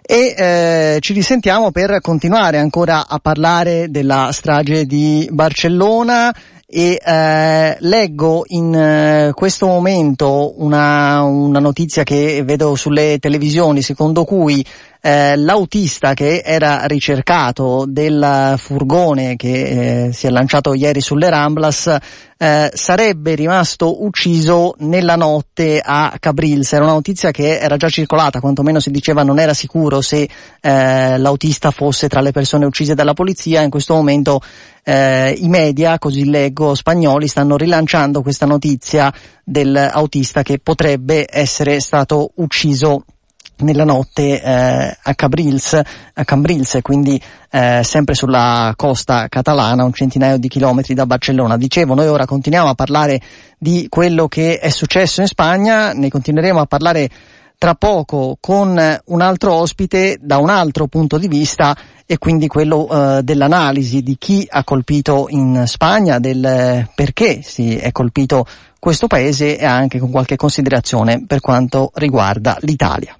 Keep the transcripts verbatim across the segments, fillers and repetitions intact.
E eh, ci risentiamo per continuare ancora a parlare della strage di Barcellona e eh, leggo in eh, questo momento una, una notizia che vedo sulle televisioni, secondo cui eh, l'autista che era ricercato del furgone che eh, si è lanciato ieri sulle Ramblas eh, sarebbe rimasto ucciso nella notte a Cabrils. Era una notizia che era già circolata, quantomeno si diceva non era sicuro se eh, l'autista fosse tra le persone uccise dalla polizia. In questo momento eh, i media, così leggo, spagnoli stanno rilanciando questa notizia dell'autista che potrebbe essere stato ucciso nella notte eh, a Cabrils, a Cambrils, quindi eh, sempre sulla costa catalana, un centinaio di chilometri da Barcellona. Dicevo, noi ora continuiamo a parlare di quello che è successo in Spagna, ne continueremo a parlare tra poco con un altro ospite da un altro punto di vista, e quindi quello eh, dell'analisi di chi ha colpito in Spagna, del perché si è colpito questo paese, e anche con qualche considerazione per quanto riguarda l'Italia.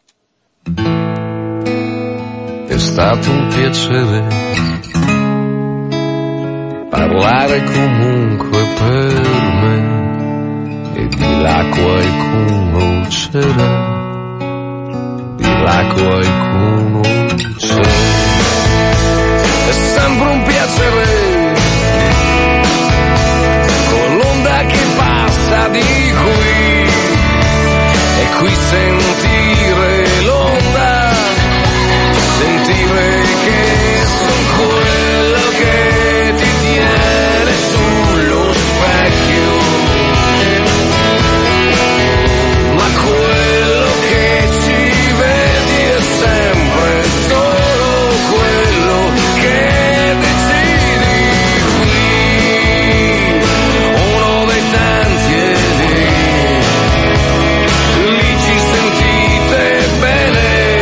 È stato un piacere parlare comunque per me, e di là qualcuno c'era, di là qualcuno c'è. È sempre un piacere con l'onda che passa di qui, e qui sentire l'onda, sentire che sono quello che ti tiene sullo specchio, ma quello che ci vedi è sempre solo quello che decidi qui, uno dei tanti e lì, lì ci sentite bene.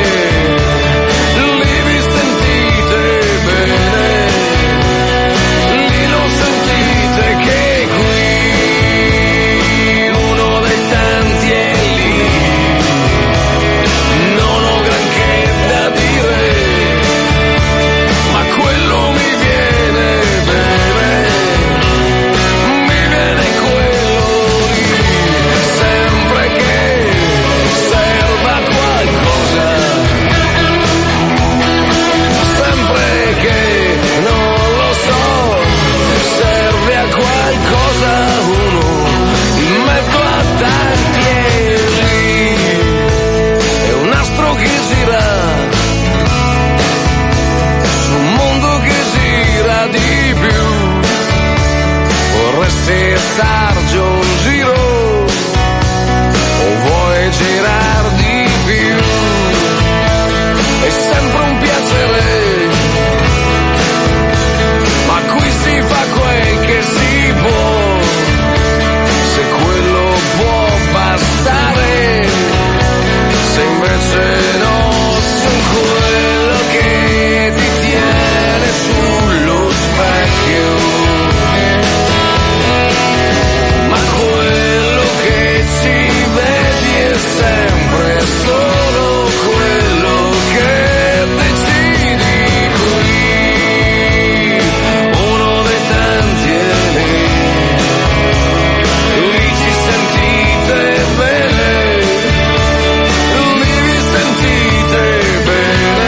Se stargi un giro o vuoi girar di più, è sempre un piacere, ma qui si fa quel che si può, se quello può bastare, se invece no, sono quello che ti tiene sullo specchio. Sempre solo quello che decidi qui, uno dei tanti e lì, lì ci sentite bene, lì vi sentite bene.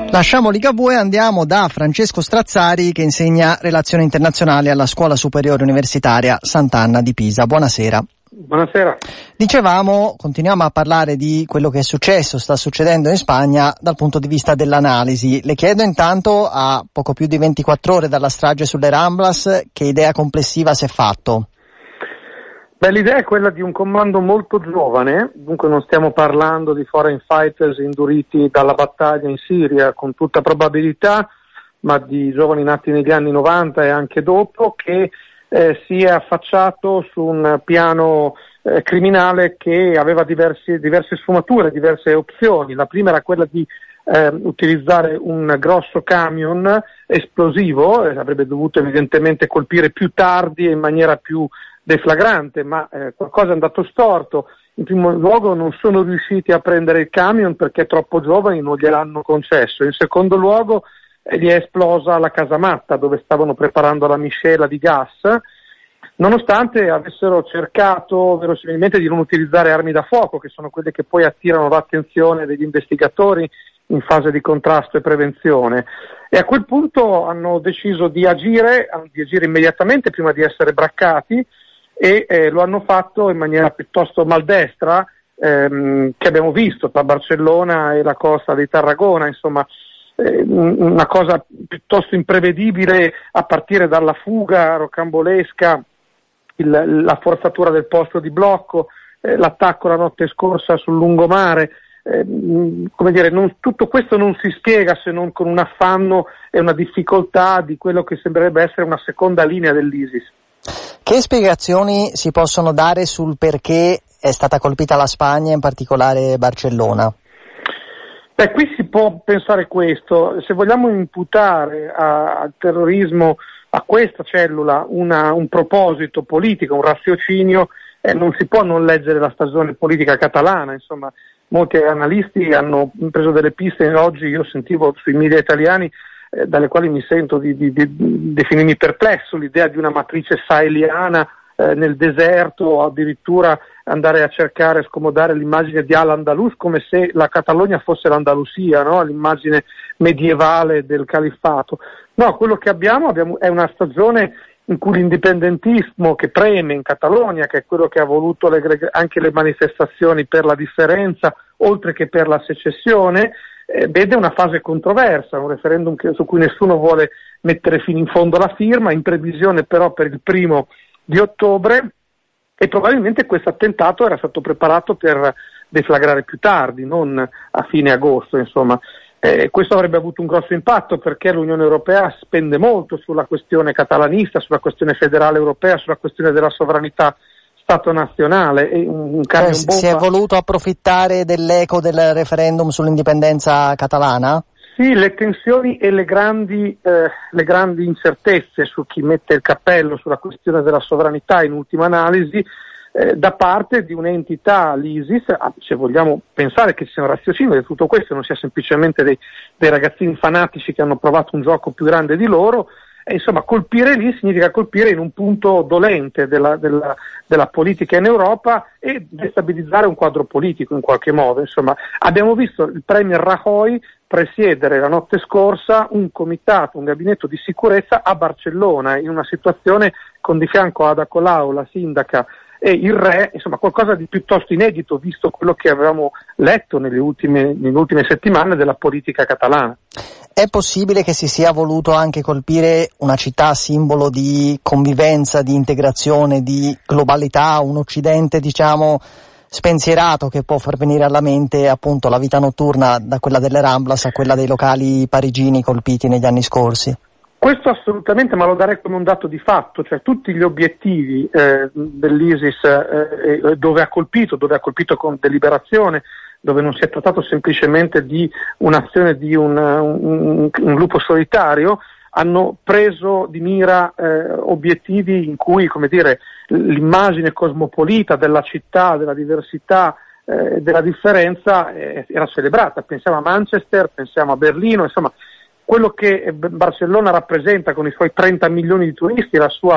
Lasciamo Ligabue e andiamo da Francesco Strazzari, che insegna relazioni internazionali alla Scuola Superiore Universitaria Sant'Anna di Pisa. Buonasera. Buonasera. Dicevamo, continuiamo a parlare di quello che è successo, sta succedendo in Spagna dal punto di vista dell'analisi. Le chiedo intanto, a poco più di ventiquattro ore dalla strage sulle Ramblas, che idea complessiva si è fatto? Beh, l'idea è quella di un comando molto giovane, dunque non stiamo parlando di foreign fighters induriti dalla battaglia in Siria con tutta probabilità, ma di giovani nati negli anni novanta e anche dopo, che eh, si è affacciato su un piano eh, criminale che aveva diversi, diverse sfumature, diverse opzioni. La prima era quella di eh, utilizzare un grosso camion esplosivo, eh, avrebbe dovuto evidentemente colpire più tardi e in maniera più deflagrante, ma eh, qualcosa è andato storto. In primo luogo non sono riusciti a prendere il camion perché troppo giovani, non gliel'hanno concesso. In secondo luogo eh, gli è esplosa la casamatta dove stavano preparando la miscela di gas, nonostante avessero cercato verosimilmente di non utilizzare armi da fuoco, che sono quelle che poi attirano l'attenzione degli investigatori in fase di contrasto e prevenzione. E a quel punto hanno deciso di agire, di agire immediatamente prima di essere braccati, e eh, lo hanno fatto in maniera piuttosto maldestra, ehm, che abbiamo visto tra Barcellona e la costa di Tarragona, insomma eh, una cosa piuttosto imprevedibile, a partire dalla fuga rocambolesca, il, la forzatura del posto di blocco, eh, l'attacco la notte scorsa sul lungomare. Eh, come dire, non, tutto questo non si spiega se non con un affanno e una difficoltà di quello che sembrerebbe essere una seconda linea dell'ISIS. Che spiegazioni si possono dare sul perché è stata colpita la Spagna, in particolare Barcellona? Beh, qui si può pensare questo: se vogliamo imputare a, al terrorismo, a questa cellula, una, un proposito politico, un raziocinio, eh, non si può non leggere la stagione politica catalana. Insomma, molti analisti hanno preso delle piste, oggi io sentivo sui media italiani, eh, dalle quali mi sento di, di, di definirmi perplesso, l'idea di una matrice saheliana eh, nel deserto, addirittura andare a cercare, scomodare l'immagine di Al-Andalus come se la Catalogna fosse l'Andalusia, no? L'immagine medievale del califfato. No, quello che abbiamo, abbiamo è una stagione in cui l'indipendentismo che preme in Catalogna, che è quello che ha voluto le, anche le manifestazioni per la differenza, oltre che per la secessione, eh, vede una fase controversa, un referendum che, su cui nessuno vuole mettere fino in fondo la firma, in previsione però per il primo di ottobre, e probabilmente questo attentato era stato preparato per deflagrare più tardi, non a fine agosto, insomma. Eh, questo avrebbe avuto un grosso impatto perché l'Unione Europea spende molto sulla questione catalanista, sulla questione federale europea, sulla questione della sovranità Stato nazionale. E un, un camion bomba... Si è voluto approfittare dell'eco del referendum sull'indipendenza catalana? Sì, le tensioni e le grandi, eh, le grandi incertezze su chi mette il cappello sulla questione della sovranità in ultima analisi, Eh, da parte di un'entità, l'ISIS, ah, se vogliamo pensare che ci sia un raziocinio di tutto questo, non sia semplicemente dei, dei ragazzini fanatici che hanno provato un gioco più grande di loro, e insomma colpire lì significa colpire in un punto dolente della, della, della politica in Europa e destabilizzare un quadro politico in qualche modo. Insomma, abbiamo visto il premier Rajoy presiedere la notte scorsa un comitato, un gabinetto di sicurezza a Barcellona, in una situazione con di fianco Ada Colau, la sindaca, e il re, insomma qualcosa di piuttosto inedito visto quello che avevamo letto nelle ultime, nelle ultime settimane della politica catalana. È possibile che si sia voluto anche colpire una città simbolo di convivenza, di integrazione, di globalità, un occidente diciamo spensierato che può far venire alla mente appunto la vita notturna da quella delle Ramblas a quella dei locali parigini colpiti negli anni scorsi? Questo assolutamente, ma lo darei come un dato di fatto, cioè tutti gli obiettivi eh, dell'ISIS eh, dove ha colpito, dove ha colpito con deliberazione, dove non si è trattato semplicemente di un'azione di un, un, un lupo solitario, hanno preso di mira eh, obiettivi in cui, come dire, l'immagine cosmopolita della città, della diversità, eh, della differenza eh, era celebrata. Pensiamo a Manchester, pensiamo a Berlino, insomma quello che Barcellona rappresenta con i suoi trenta milioni di turisti, la sua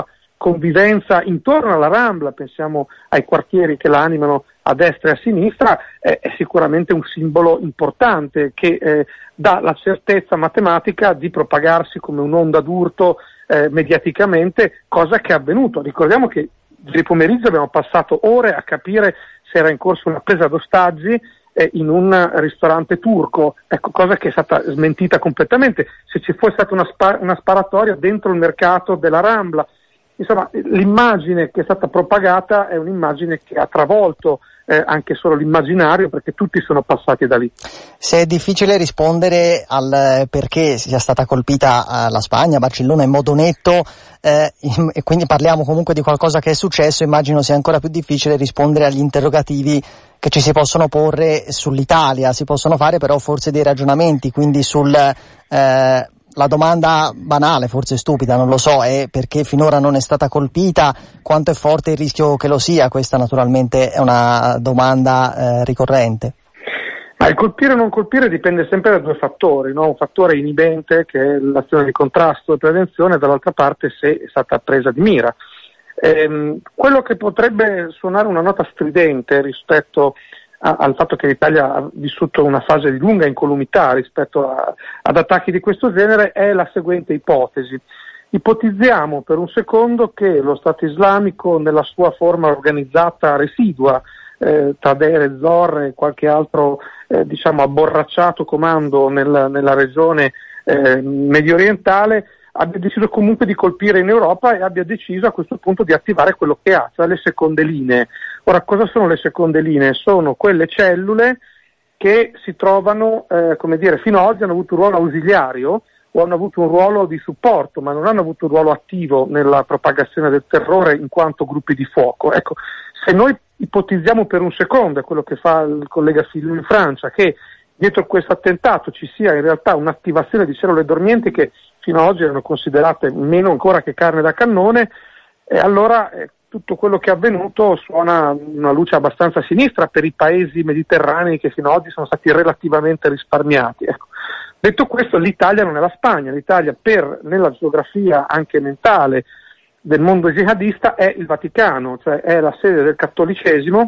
convivenza intorno alla Rambla, pensiamo ai quartieri che la animano a destra e a sinistra, eh, è sicuramente un simbolo importante che eh, dà la certezza matematica di propagarsi come un'onda d'urto eh, mediaticamente, cosa che è avvenuto. Ricordiamo che ieri pomeriggio abbiamo passato ore a capire se era in corso una presa d'ostaggi eh, in un ristorante turco, ecco, cosa che è stata smentita completamente. Se ci fosse stata una, spa- una sparatoria dentro il mercato della Rambla, insomma, l'immagine che è stata propagata è un'immagine che ha travolto eh, anche solo l'immaginario, perché tutti sono passati da lì. Se è difficile rispondere al perché sia stata colpita la Spagna, Barcellona in modo netto, eh, e quindi parliamo comunque di qualcosa che è successo, immagino sia ancora più difficile rispondere agli interrogativi che ci si possono porre sull'Italia. Si possono fare però forse dei ragionamenti, quindi sul eh, la domanda banale, forse stupida, non lo so, è perché finora non è stata colpita, quanto è forte il rischio che lo sia. Questa naturalmente è una domanda eh, ricorrente. Ma il colpire o non colpire dipende sempre da due fattori, no? Un fattore inibente, che è l'azione di contrasto e prevenzione, e dall'altra parte se è stata presa di mira. Ehm, quello che potrebbe suonare una nota stridente rispetto a, al fatto che l'Italia ha vissuto una fase di lunga incolumità rispetto a, ad attacchi di questo genere è la seguente ipotesi. Ipotizziamo per un secondo che lo Stato islamico nella sua forma organizzata residua, eh, tra Deir ez-Zor e qualche altro eh, diciamo abborracciato comando nel, nella regione eh, medio orientale, abbia deciso comunque di colpire in Europa e abbia deciso a questo punto di attivare quello che ha, cioè le seconde linee. Ora, cosa sono le seconde linee? Sono quelle cellule che si trovano, eh, come dire, fino ad oggi hanno avuto un ruolo ausiliario o hanno avuto un ruolo di supporto, ma non hanno avuto un ruolo attivo nella propagazione del terrore in quanto gruppi di fuoco. Ecco, se noi ipotizziamo per un secondo, è quello che fa il collega Filio in Francia, che dietro questo attentato ci sia in realtà un'attivazione di cellule dormienti che fino ad oggi erano considerate meno ancora che carne da cannone, e allora eh, tutto quello che è avvenuto suona una luce abbastanza sinistra per i paesi mediterranei che fino ad oggi sono stati relativamente risparmiati. Ecco. Detto questo, l'Italia non è la Spagna, l'Italia per, nella geografia anche mentale del mondo jihadista è il Vaticano, cioè è la sede del cattolicesimo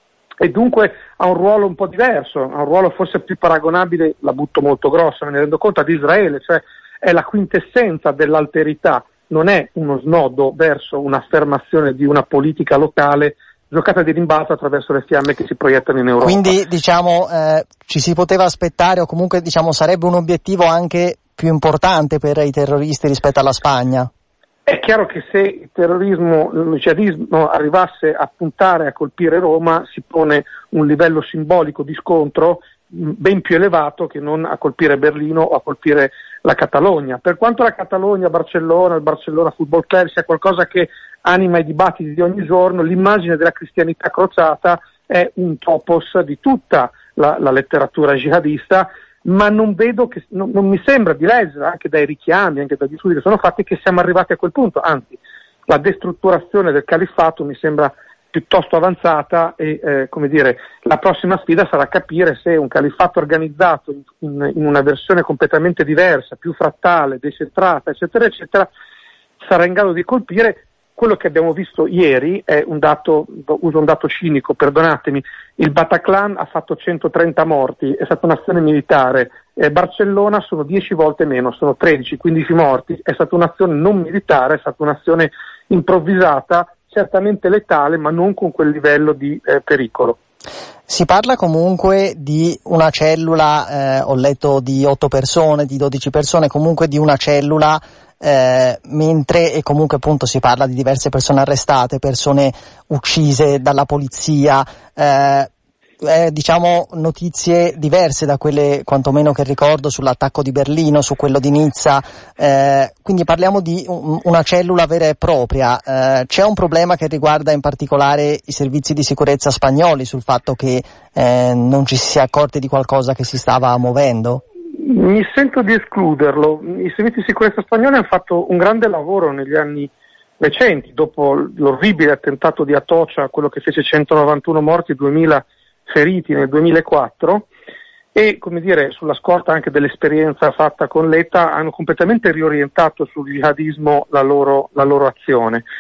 e dunque ha un ruolo un po' diverso, ha un ruolo forse più paragonabile, la butto molto grossa, me ne rendo conto, ad Israele, cioè è la quintessenza dell'alterità, non è uno snodo verso un'affermazione di una politica locale giocata di rimbalzo attraverso le fiamme che si proiettano in Europa. Quindi diciamo eh, ci si poteva aspettare, o comunque diciamo sarebbe un obiettivo anche più importante per i terroristi rispetto alla Spagna? È chiaro che se il terrorismo, il jihadismo arrivasse a puntare a colpire Roma, si pone un livello simbolico di scontro ben più elevato che non a colpire Berlino o a colpire la Catalogna. Per quanto la Catalogna, Barcellona, il Barcellona Football Club sia qualcosa che anima i dibattiti di ogni giorno, l'immagine della cristianità crociata è un topos di tutta la, la letteratura jihadista, ma non vedo che, non, non mi sembra di leggere, anche dai richiami, anche dagli studi che sono fatti, che siamo arrivati a quel punto, anzi la destrutturazione del califfato mi sembra piuttosto avanzata e eh, come dire, la prossima sfida sarà capire se un califfato organizzato in, in, in una versione completamente diversa, più frattale, decentrata, eccetera, eccetera, sarà in grado di colpire. Quello che abbiamo visto ieri è un dato, uso un dato cinico, perdonatemi, il Bataclan ha fatto centotrenta morti, è stata un'azione militare, eh, Barcellona sono dieci volte meno, sono tredici quindici morti, è stata un'azione non militare, è stata un'azione improvvisata, certamente letale, ma non con quel livello di eh, pericolo. Si parla comunque di una cellula, eh, ho letto di otto persone, di dodici persone, comunque di una cellula, eh, mentre e comunque appunto si parla di diverse persone arrestate, persone uccise dalla polizia, eh, eh, diciamo notizie diverse da quelle quantomeno che ricordo sull'attacco di Berlino, su quello di Nizza, eh, quindi parliamo di un, una cellula vera e propria. Eh, c'è un problema che riguarda in particolare i servizi di sicurezza spagnoli sul fatto che eh, non ci si sia accorti di qualcosa che si stava muovendo? Mi sento di escluderlo. I servizi di sicurezza spagnoli hanno fatto un grande lavoro negli anni recenti, dopo l'orribile attentato di Atocha, quello che fece centonovantuno morti e duemila feriti nel duemilaquattro, e come dire sulla scorta anche dell'esperienza fatta con l'E T A hanno completamente riorientato sul jihadismo la loro, la loro azione.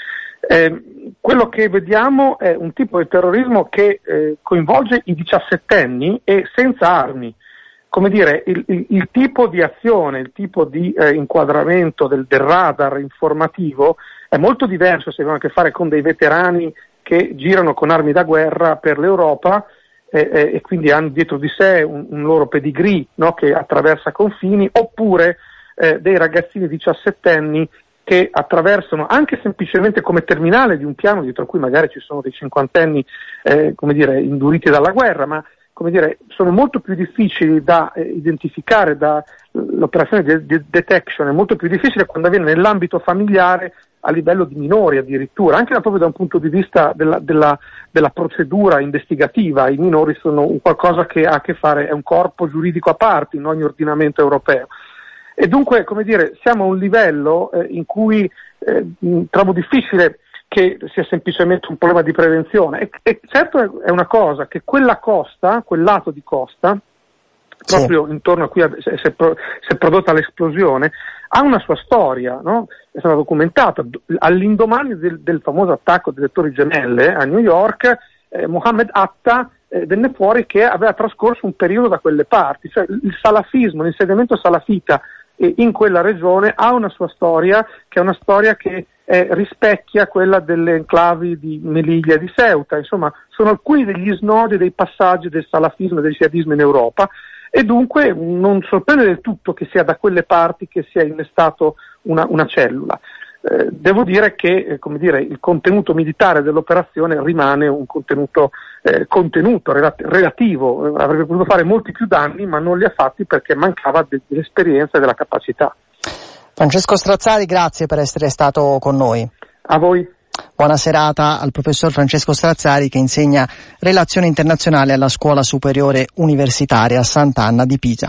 Eh, quello che vediamo è un tipo di terrorismo che eh, coinvolge i diciassettenni e senza armi. Come dire, il, il, il tipo di azione, il tipo di eh, inquadramento del, del radar informativo è molto diverso se abbiamo a che fare con dei veterani che girano con armi da guerra per l'Europa eh, eh, e quindi hanno dietro di sé un, un loro pedigree, no, che attraversa confini, oppure eh, dei ragazzini diciassettenni che attraversano anche semplicemente come terminale di un piano dietro cui magari ci sono dei cinquantenni eh, come dire, induriti dalla guerra, ma come dire, sono molto più difficili da eh, identificare, da l'operazione di de- detection è molto più difficile quando avviene nell'ambito familiare a livello di minori addirittura, anche da, proprio da un punto di vista della, della, della procedura investigativa. I minori sono un qualcosa che ha a che fare, è un corpo giuridico a parte in ogni ordinamento europeo. E dunque, come dire, siamo a un livello eh, in cui eh, trovo difficile che sia semplicemente un problema di prevenzione. E, e certo è una cosa che quella costa, quel lato di costa, proprio sì. intorno a cui si è, si è prodotta l'esplosione, ha una sua storia, no? È stata documentata. All'indomani del, del famoso attacco delle Torri Gemelle a New York, eh, Mohammed Atta eh, venne fuori che aveva trascorso un periodo da quelle parti, cioè il salafismo, l'insediamento salafita eh, in quella regione ha una sua storia, che è una storia che eh, rispecchia quella delle enclavi di Melilla e di Ceuta. Insomma, sono alcuni degli snodi, dei passaggi del salafismo e del jihadismo in Europa. E dunque non sorprende del tutto che sia da quelle parti che sia innestato una, una cellula. Eh, devo dire che eh, come dire, il contenuto militare dell'operazione rimane un contenuto eh, contenuto, relat- relativo, avrebbe potuto fare molti più danni ma non li ha fatti perché mancava de- dell'esperienza e della capacità. Francesco Strazzari, grazie per essere stato con noi. A voi. Buona serata al professor Francesco Strazzari che insegna relazioni internazionali alla Scuola Superiore Universitaria Sant'Anna di Pisa.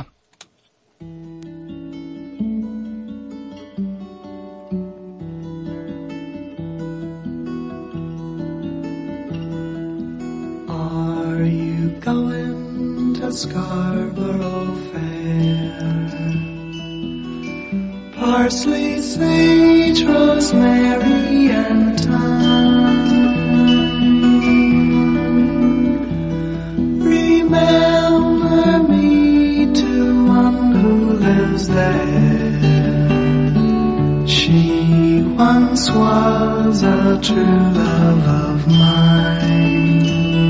Are you going to Scarborough Fair? Parsley, sage, rosemary, and thyme. Remember me to one who lives there. She once was a true love of mine.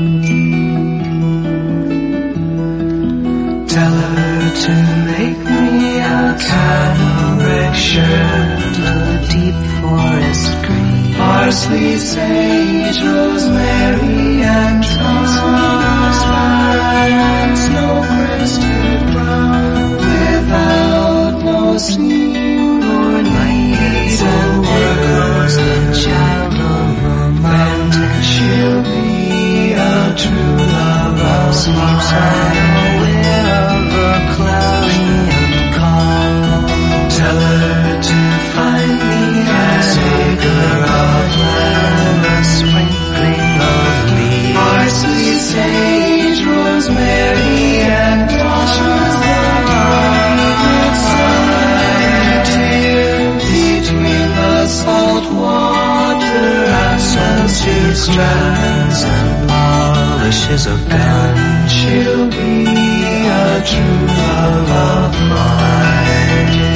Tell her to make me a cambric shirt, a deep forest green, parsley, sage, rosemary, and thyme, snow-crested brown, without no seam nor need, and there goes the child of a mountain. She'll be a true love of mine. Tell her to find me a acre of land, a sprinkling of leaves, parsley, sage, rosemary, and thyme. Between the salt water and sunset strands and polishes of gun, she'll be a true love of mine.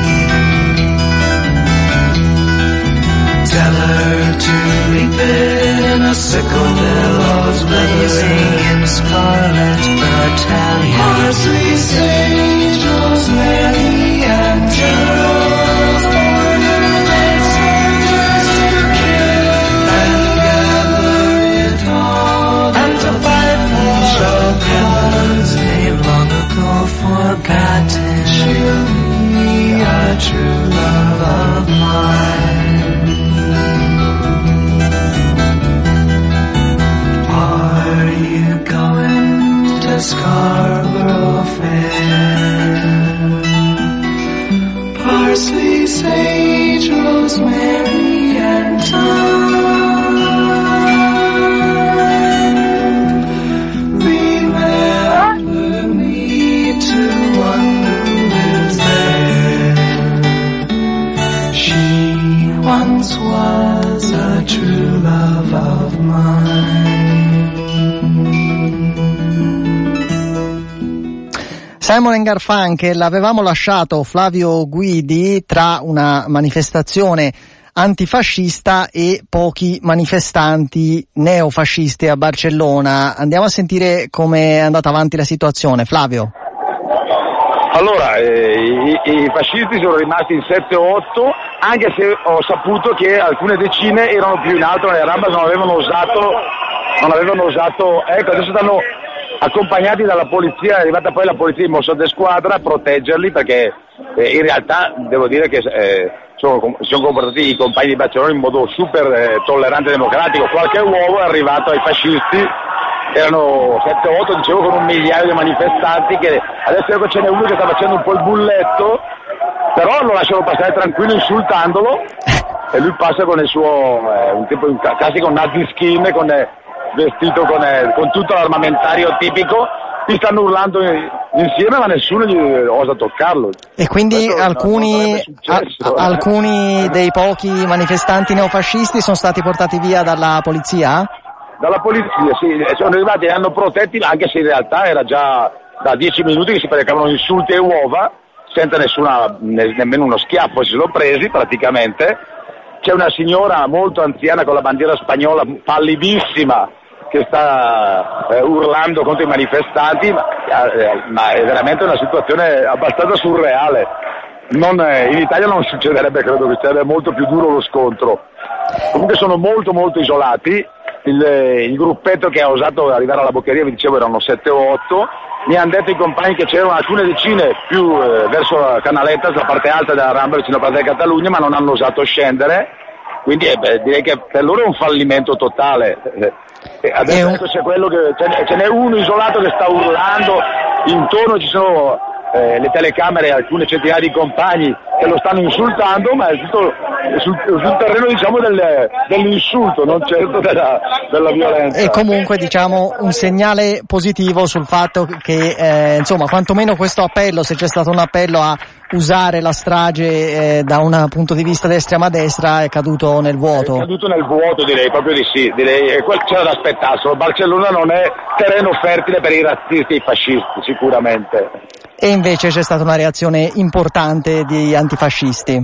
Tell her to reap in a sickle billows blazing in scarlet battalion, parsley, sage, rosemary, and geraniums, and soldiers to kill, and gather it all, and to fight for a cause they've long ago forgotten. She'll be a true love of mine. Scarborough Fair. Parsley, sage, rosemary, and thyme. Remember me to one who lives there. She once was a true Simon and Garfunkel, avevamo lasciato Flavio Guidi tra una manifestazione antifascista e pochi manifestanti neofascisti a Barcellona. Andiamo a sentire come è andata avanti la situazione. Flavio. Allora, eh, i, i fascisti sono rimasti in sette o otto, anche se ho saputo che alcune decine erano più in alto nelle rampe, non avevano osato, non avevano osato, ecco, adesso stanno accompagnati dalla polizia, è arrivata poi la polizia di Mossa de Squadra a proteggerli, perché eh, in realtà devo dire che eh, sono, si sono comportati i compagni di Barcellona in modo super eh, tollerante e democratico. Qualche uovo è arrivato ai fascisti, erano sette o otto, dicevo, con un migliaio di manifestanti, che adesso ecco ce n'è uno che sta facendo un po' il bulletto, però lo lasciano passare tranquillo insultandolo e lui passa con il suo eh, un tipo un classico nazi skin, con eh, vestito con, eh, con tutto l'armamentario tipico. Ti stanno urlando insieme, ma nessuno gli osa toccarlo. E quindi Questo alcuni, non successo, a, eh. alcuni dei pochi manifestanti neofascisti sono stati portati via dalla polizia? Dalla polizia, sì, sono arrivati e hanno protetti, anche se in realtà era già da dieci minuti che si predicavano insulti e uova, senza nessuna, ne, nemmeno uno schiaffo, si sono presi praticamente. C'è una signora molto anziana con la bandiera spagnola, pallidissima, che sta eh, urlando contro i manifestanti, ma, eh, ma è veramente una situazione abbastanza surreale. Non, eh, in Italia non succederebbe, credo che sarebbe molto più duro lo scontro. Comunque sono molto molto isolati. Il, il gruppetto che ha osato arrivare alla Boccheria, vi dicevo, erano sette o otto. Mi hanno detto i compagni che c'erano alcune decine più eh, verso la Canaleta, la parte alta della Rambla vicino alla Plaza di Catalogna, ma non hanno osato scendere. Quindi eh, beh, direi che per loro è un fallimento totale. Eh, adesso ecco, c'è quello che ce n'è, ce n'è uno isolato che sta urlando, intorno ci sono eh, le telecamere, alcune centinaia di compagni che lo stanno insultando, ma è tutto sul, sul terreno, diciamo, del, dell'insulto, non certo della, della violenza. E comunque, diciamo, un segnale positivo sul fatto che eh, insomma, quantomeno questo appello, se c'è stato un appello a usare la strage eh, da un punto di vista dell'estrema destra, è caduto nel vuoto. È caduto nel vuoto, direi, proprio di sì, direi, e quel c'era da aspettarselo. Barcellona non è terreno fertile per i razzisti e i fascisti, sicuramente. E invece c'è stata una reazione importante di antifascisti.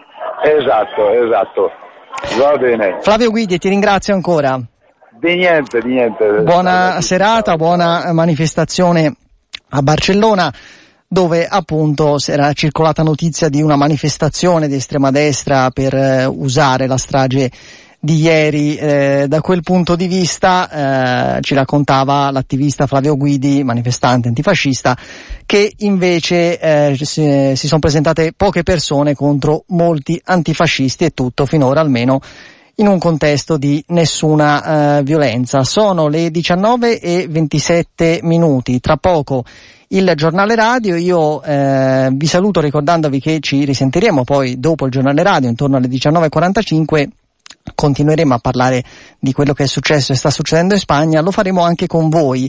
Esatto, esatto. Va bene. Flavio Guidi, ti ringrazio ancora. Di niente, di niente. Buona serata, buona manifestazione a Barcellona, dove appunto era circolata notizia di una manifestazione di estrema destra per eh, usare la strage di ieri. Eh, da quel punto di vista eh, ci raccontava l'attivista Flavio Guidi, manifestante antifascista, che invece eh, si, si sono presentate poche persone contro molti antifascisti, e tutto finora almeno in un contesto di nessuna eh, violenza. Sono le diciannove e ventisette minuti, tra poco il giornale radio. Io eh, vi saluto ricordandovi che ci risentiremo poi dopo il giornale radio intorno alle diciannove e quarantacinque. Continueremo a parlare di quello che è successo e sta succedendo in Spagna. Lo faremo anche con voi.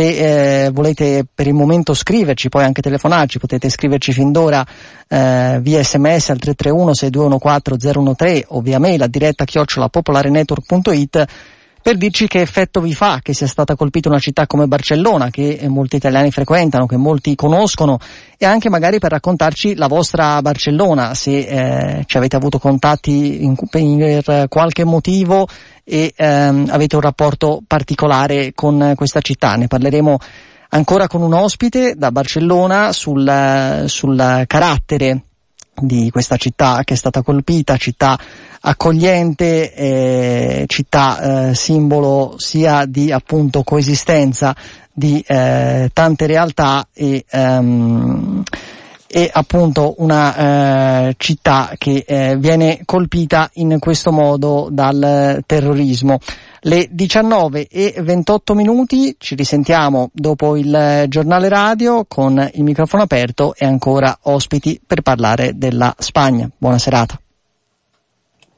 Se eh, volete per il momento scriverci, poi anche telefonarci, potete scriverci fin d'ora eh, via sms al tre tre uno sei due uno quattro zero uno tre o via mail a diretta chiocciola popolarenetwork punto it, per dirci che effetto vi fa che sia stata colpita una città come Barcellona, che molti italiani frequentano, che molti conoscono, e anche magari per raccontarci la vostra Barcellona, se eh, ci avete avuto contatti in, per qualche motivo e ehm, avete un rapporto particolare con questa città. Ne parleremo ancora con un ospite da Barcellona sul, sul carattere di questa città che è stata colpita, città accogliente, eh, città eh, simbolo sia di appunto coesistenza di eh, tante realtà e, um, e appunto una eh, città che eh, viene colpita in questo modo dal terrorismo. Le diciannove e ventotto minuti, ci risentiamo dopo il giornale radio con il microfono aperto e ancora ospiti per parlare della Spagna. Buona serata.